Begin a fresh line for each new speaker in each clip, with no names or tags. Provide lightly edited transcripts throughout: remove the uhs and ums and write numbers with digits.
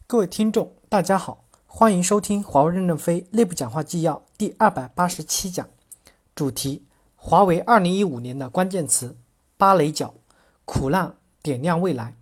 各位听众，大家好，欢迎收听华为任正非内部讲话纪要第287讲，主题：华为2015年的关键词，芭蕾脚，苦难点亮未来。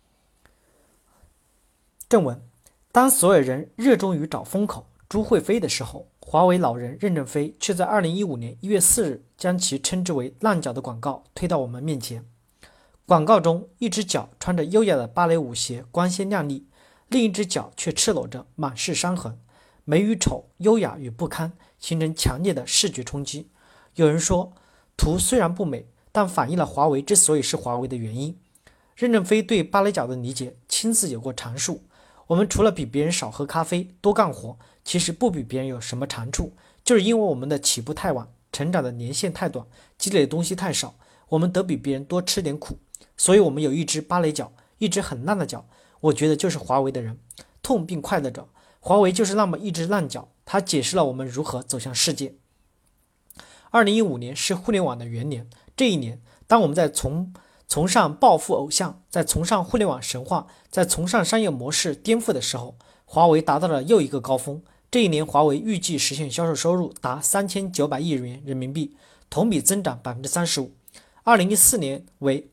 正文：当所有人热衷于找风口、猪会飞的时候，华为老人任正非却在2015年1月4日将其称之为烂脚的广告推到我们面前。广告中，一只脚穿着优雅的芭蕾舞鞋，光鲜亮丽。另一只脚却赤裸着，满是伤痕，美与丑，优雅与不堪，形成强烈的视觉冲击。有人说，图虽然不美，但反映了华为之所以是华为的原因。任正非对芭蕾脚的理解亲自有过阐述：我们除了比别人少喝咖啡、多干活，其实不比别人有什么长处，就是因为我们的起步太晚，成长的年限太短，积累的东西太少，我们得比别人多吃点苦，所以我们有一只芭蕾脚，一只很烂的脚。我觉得就是华为的人痛并快乐着，华为就是那么一只烂脚，它解释了我们如何走向世界。2015年是互联网的元年，这一年，当我们在崇尚暴富偶像，在崇尚互联网神话，在崇尚商业模式颠覆的时候，华为达到了又一个高峰。这一年，华为预计实现销售收入达3900亿元人民币，同比增长35%。2014年为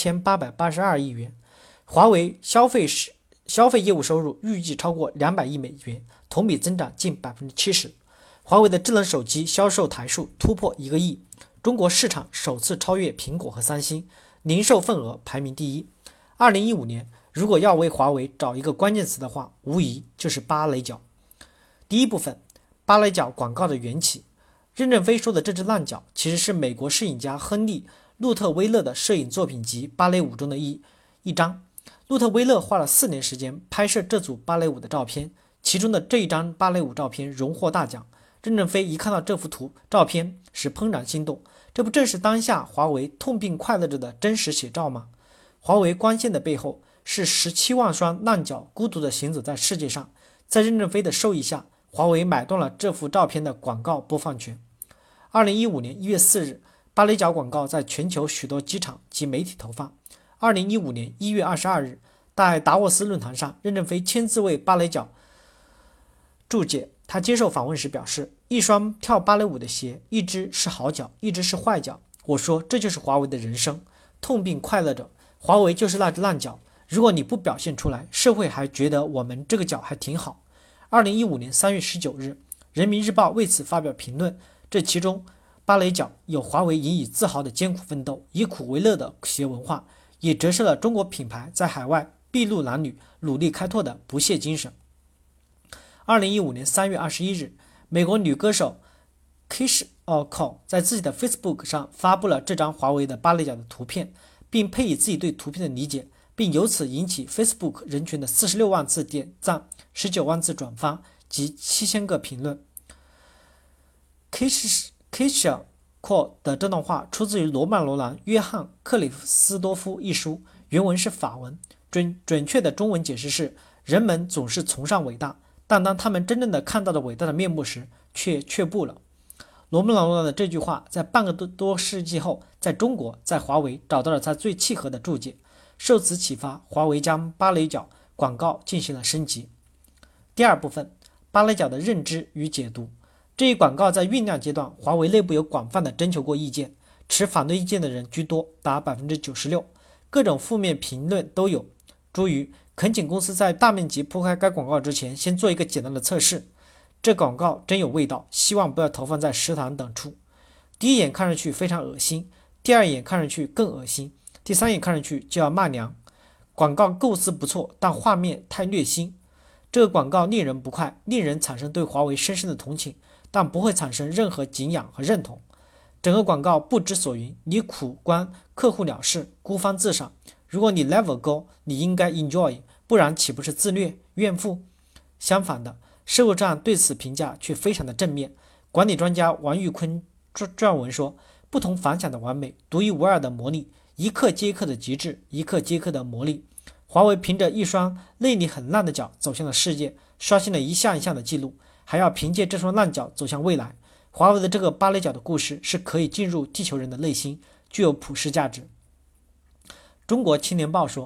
2882亿元。华为消费业务收入预计超过200亿美元，同比增长近70%。华为的智能手机销售台数突破1个亿，中国市场首次超越苹果和三星，零售份额排名第一。2015年，如果要为华为找一个关键词的话，无疑就是芭蕾脚。第一部分，芭蕾脚广告的缘起。任正非说的这只烂脚，其实是美国摄影家亨利·路特威勒的摄影作品集《芭蕾舞》中的一张。路特威勒花了4年时间拍摄这组芭蕾舞的照片，其中的这一张芭蕾舞照片荣获大奖。任正非一看到这幅照片时怦然心动，这不正是当下华为痛并快乐着的真实写照吗？华为光鲜的背后是17万双烂脚孤独地行走在世界上。在任正非的授意下，华为买断了这幅照片的广告播放权。2015年1月4日，芭蕾脚广告在全球许多机场及媒体投放。2015年1月22日，在达沃斯论坛上，任正非亲自为芭蕾脚注解。他接受访问时表示，一双跳芭蕾舞的鞋，一只是好脚，一只是坏脚。我说这就是华为的人生，痛并快乐着。华为就是那只烂脚，如果你不表现出来，社会还觉得我们这个脚还挺好。2015年3月19日，人民日报为此发表评论，这其中芭蕾脚有华为引以自豪的艰苦奋斗，以苦为乐的企业文化，也折射了中国品牌在海外筚路蓝缕、努力开拓的不懈精神。2015年3月21日，美国女歌手 Keisha Cole 在自己的 Facebook 上发布了这张华为的芭蕾脚的图片，并配以自己对图片的理解，并由此引起 Facebook 人群的46万次点赞、19万次转发及7000个评论。Keisha Cole 的这段话出自于罗曼·罗兰·约翰·克里斯多夫一书，原文是法文，准确的中文解释是：人们总是崇尚伟大，但当他们真正的看到了伟大的面目时，却步了。罗曼·罗兰的这句话在半个多世纪后，在中国，在华为找到了它最契合的注解。受此启发，华为将芭蕾脚广告进行了升级。第二部分，芭蕾脚的认知与解读。这一广告在酝酿阶段，华为内部有广泛的征求过意见，持反对意见的人居多，达96%，各种负面评论都有，诸如恳请公司在大面积铺开该广告之前，先做一个简单的测试。这广告真有味道，希望不要投放在食堂等处。第一眼看上去非常恶心，第二眼看上去更恶心，第三眼看上去就要骂娘。广告构思不错，但画面太虐心。这个广告令人不快，令人产生对华为深深的同情，但不会产生任何敬仰和认同。整个广告不知所云，你苦关客户了事，孤芳自赏。如果你 level 高，你应该 enjoy， 不然岂不是自虐怨妇？相反的，社会上对此评价却非常的正面。管理专家王玉坤撰文说，不同凡响的完美，独一无二的魔力，一刻接一刻的极致，一刻接一刻的魔力。华为凭着一双内里很烂的脚走向了世界，刷新了一项一项的记录，还要凭借这双烂脚走向未来。华为的这个芭蕾脚的故事是可以进入地球人的内心，具有普世价值。中国青年报说，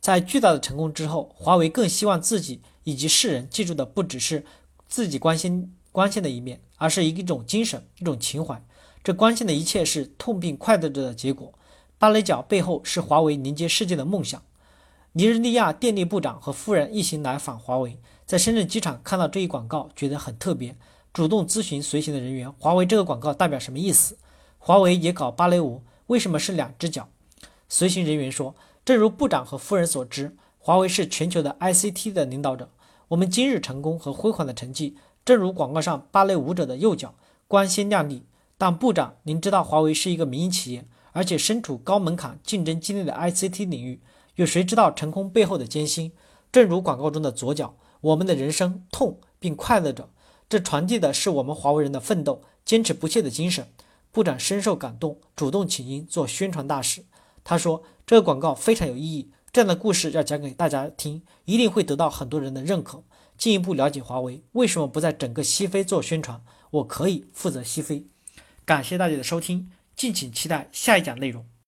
在巨大的成功之后，华为更希望自己以及世人记住的不只是自己光鲜的一面，而是一种精神，一种情怀。这光鲜的一切是痛并快乐着的结果。芭蕾脚背后是华为连接世界的梦想。尼日利亚电力部长和夫人一行来访华为，在深圳机场看到这一广告，觉得很特别，主动咨询随行的人员，华为这个广告代表什么意思？华为也搞芭蕾舞，为什么是2只脚？随行人员说，正如部长和夫人所知，华为是全球的 ICT 的领导者，我们今日成功和辉煌的成绩，正如广告上芭蕾舞者的右脚，光鲜亮丽。但部长，您知道华为是一个民营企业，而且身处高门槛、竞争激烈的 ICT 领域，有谁知道成功背后的艰辛？正如广告中的左脚，我们的人生痛并快乐着，这传递的是我们华为人的奋斗、坚持不懈的精神。部长深受感动，主动请缨做宣传大使。他说，这个广告非常有意义，这样的故事要讲给大家听，一定会得到很多人的认可。进一步了解华为为什么不在整个西非做宣传，我可以负责西非。感谢大家的收听，敬请期待下一讲内容。